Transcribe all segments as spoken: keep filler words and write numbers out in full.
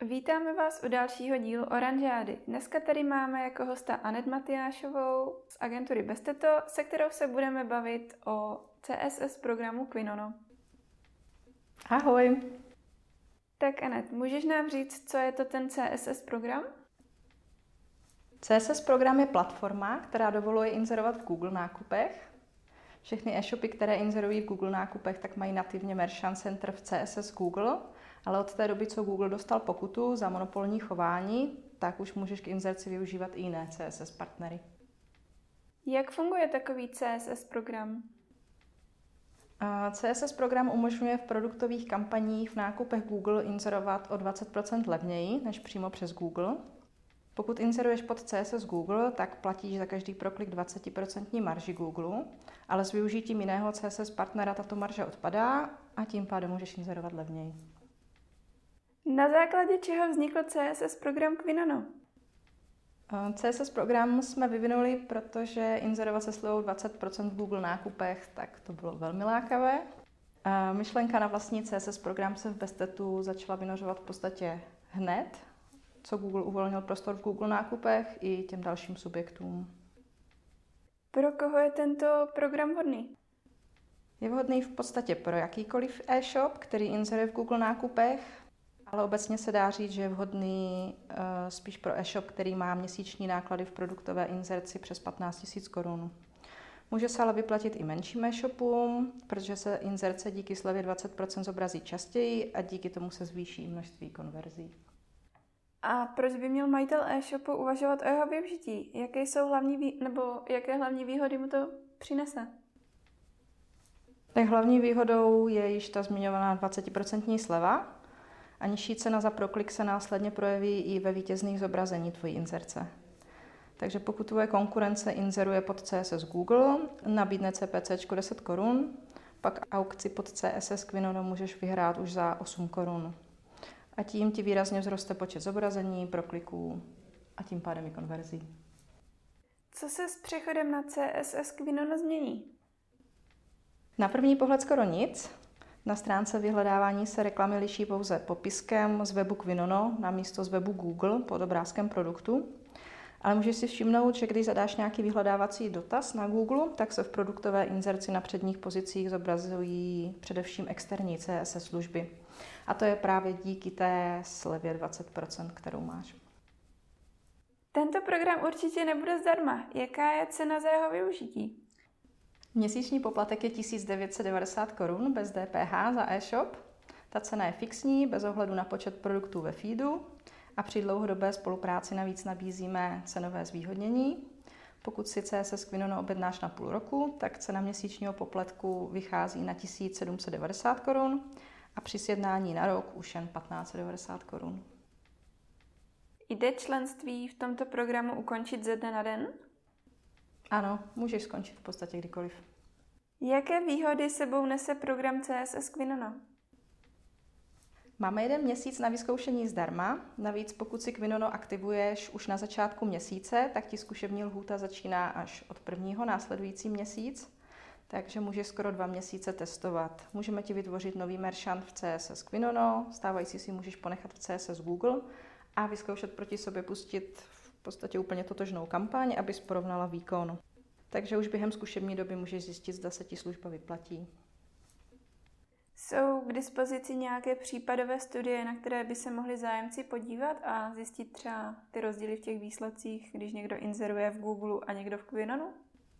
Vítáme vás u dalšího dílu Oranžády. Dneska tady máme jako hosta Anet Matyášovou z agentury Besteto, se kterou se budeme bavit o C S S programu Quinono. Ahoj. Tak Anet, můžeš nám říct, co je to ten C S S program? C S S program je platforma, která dovoluje inzerovat v Google nákupech. Všechny e-shopy, které inzerují v Google nákupech, tak mají nativně Merchant Center v C S S Google, ale od té doby, co Google dostal pokutu za monopolní chování, tak už můžeš k inzerci využívat i jiné C S S partnery. Jak funguje takový C S S program? C S S program umožňuje v produktových kampaních v nákupech Google inzerovat o dvacet procent levněji než přímo přes Google. Pokud inzeruješ pod C S S Google, tak platíš za každý proklik dvacet procent marži Google, ale s využitím jiného C S S partnera tato marže odpadá a tím pádem můžeš inzerovat levněji. Na základě čeho vznikl C S S program Quinono? C S S program jsme vyvinuli, protože inzerovat se slevou dvacet procent v Google nákupech, tak to bylo velmi lákavé. Myšlenka na vlastní C S S program se v Bestetu začala vynořovat v podstatě hned, co Google uvolnil prostor v Google nákupech i těm dalším subjektům. Pro koho je tento program vhodný? Je vhodný v podstatě pro jakýkoliv e-shop, který inzeruje v Google nákupech, ale obecně se dá říct, že je vhodný uh, spíš pro e-shop, který má měsíční náklady v produktové inzerci přes patnáct tisíc korun. Může se ale vyplatit i menším e-shopům, protože se inzerce díky slevě dvacet procent zobrazí častěji a díky tomu se zvýší množství konverzí. A proč by měl majitel e-shopu uvažovat o jeho využití? Jaké jsou hlavní vý... nebo jaké hlavní výhody mu to přinese? Tak hlavní výhodou je již ta zmiňovaná dvacet procent sleva a nižší cena za proklik se následně projeví i ve vítězných zobrazení tvojí inzerce. Takže pokud tvoje konkurence inzeruje pod C S S Google, nabídne CPCčko deset korun, pak aukci pod C S S Quinono můžeš vyhrát už za osm korun. A tím ti výrazně vzroste počet zobrazení, prokliků a tím pádem i konverzí. Co se s přechodem na C S S Quinono změní? Na první pohled skoro nic. Na stránce vyhledávání se reklamy liší pouze popiskem z webu Quinono na místo z webu Google pod obrázkem produktu. Ale můžeš si všimnout, že když zadáš nějaký vyhledávací dotaz na Google, tak se v produktové inzerci na předních pozicích zobrazují především externí C S S služby. A to je právě díky té slevě dvacet procent, kterou máš. Tento program určitě nebude zdarma. Jaká je cena za jeho využití? Měsíční poplatek je tisíc devět set devadesát korun bez D P H za e-shop. Ta cena je fixní, bez ohledu na počet produktů ve feedu a při dlouhodobé spolupráci navíc nabízíme cenové zvýhodnění. Pokud si C S S Quinono objednáš na půl roku, tak cena měsíčního poplatku vychází na tisíc sedm set devadesát korun a při sjednání na rok už jen patnáct set devadesát korun. Jde členství v tomto programu ukončit ze dne na den? Ano, můžeš skončit v podstatě kdykoliv. Jaké výhody sebou nese program C S S Quinono? Máme jeden měsíc na vyzkoušení zdarma. Navíc pokud si Quinono aktivuješ už na začátku měsíce, tak ti zkušební lhůta začíná až od prvního následující měsíc. Takže můžeš skoro dva měsíce testovat. Můžeme ti vytvořit nový merchant v C S S Quinono, stávající si můžeš ponechat v C S S Google a vyzkoušet proti sobě pustit v podstatě úplně totožnou kampaň, abys porovnala výkon. Takže už během zkušební doby můžeš zjistit, zda se ti služba vyplatí. Jsou k dispozici nějaké případové studie, na které by se mohli zájemci podívat a zjistit třeba ty rozdíly v těch výsledcích, když někdo inzeruje v Google a někdo v Quinonu?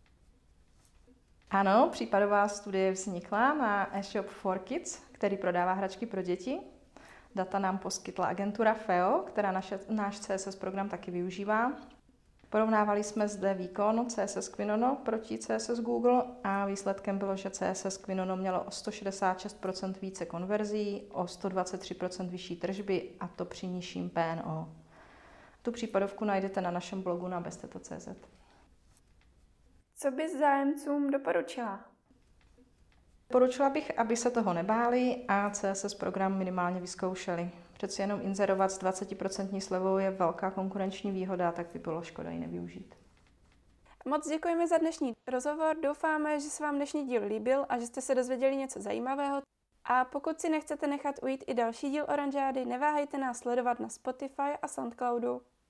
Ano, případová studie vznikla na e-shop four kids, který prodává hračky pro děti. Data nám poskytla agentura F E O, která naše, náš C S S program taky využívá. Porovnávali jsme zde výkon C S S Quinono proti C S S Google a výsledkem bylo, že C S S Quinono mělo o sto šedesát šest procent více konverzí, o sto dvacet tři procent vyšší tržby a to při nižším P N O. Tu případovku najdete na našem blogu na besteto tečka cé zet. Co bys zájemcům doporučila? Doporučila bych, aby se toho nebáli a C S S program minimálně vyzkoušeli. Přeci jenom inzerovat s dvacet procent slevou je velká konkurenční výhoda, tak by bylo škoda ji nevyužít. Moc děkujeme za dnešní rozhovor. Doufáme, že se vám dnešní díl líbil a že jste se dozvěděli něco zajímavého. A pokud si nechcete nechat ujít i další díl Oranžády, neváhejte nás sledovat na Spotify a Soundcloudu.